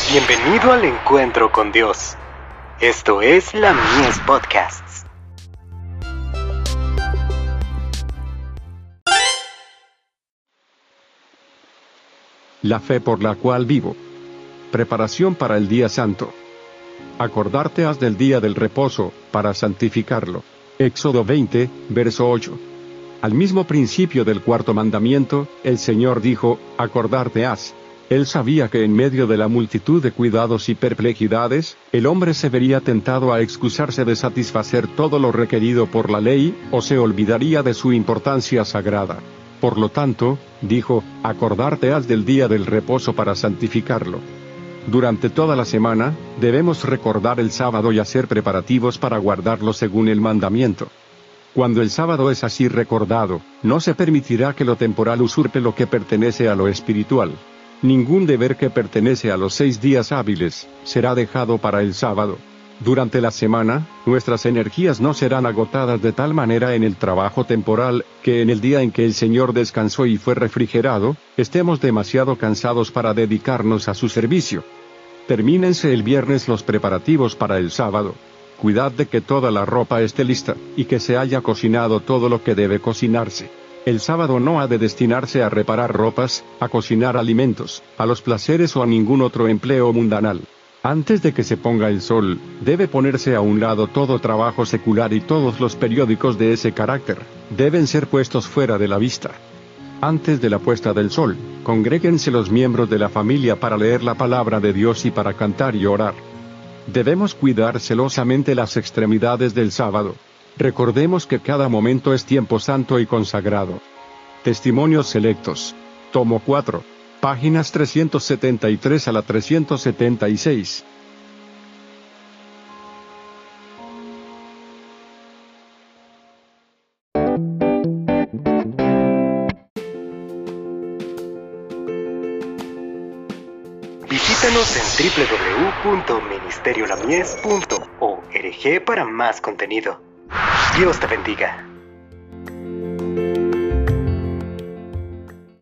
Bienvenido al encuentro con Dios. Esto es la Mies Podcasts. La fe por la cual vivo. Preparación para el día santo. Acordarte has del día del reposo, para santificarlo. Éxodo 20, verso 8. Al mismo principio del cuarto mandamiento, el Señor dijo, acordarte has. Él sabía que en medio de la multitud de cuidados y perplejidades, el hombre se vería tentado a excusarse de satisfacer todo lo requerido por la ley, o se olvidaría de su importancia sagrada. Por lo tanto, dijo, acordarte has del día del reposo para santificarlo. Durante toda la semana, debemos recordar el sábado y hacer preparativos para guardarlo según el mandamiento. Cuando el sábado es así recordado, no se permitirá que lo temporal usurpe lo que pertenece a lo espiritual. Ningún deber que pertenece a los 6 días hábiles, será dejado para el sábado. Durante la semana, nuestras energías no serán agotadas de tal manera en el trabajo temporal, que en el día en que el Señor descansó y fue refrigerado, estemos demasiado cansados para dedicarnos a su servicio. Termínense el viernes los preparativos para el sábado. Cuidad de que toda la ropa esté lista, y que se haya cocinado todo lo que debe cocinarse. El sábado no ha de destinarse a reparar ropas, a cocinar alimentos, a los placeres o a ningún otro empleo mundanal. Antes de que se ponga el sol, debe ponerse a un lado todo trabajo secular y todos los periódicos de ese carácter, deben ser puestos fuera de la vista. Antes de la puesta del sol, congréguense los miembros de la familia para leer la palabra de Dios y para cantar y orar. Debemos cuidar celosamente las extremidades del sábado. Recordemos que cada momento es tiempo santo y consagrado. Testimonios selectos. Tomo 4. Páginas 373 a la 376. Visítanos en www.ministeriolamies.org para más contenido. Dios te bendiga.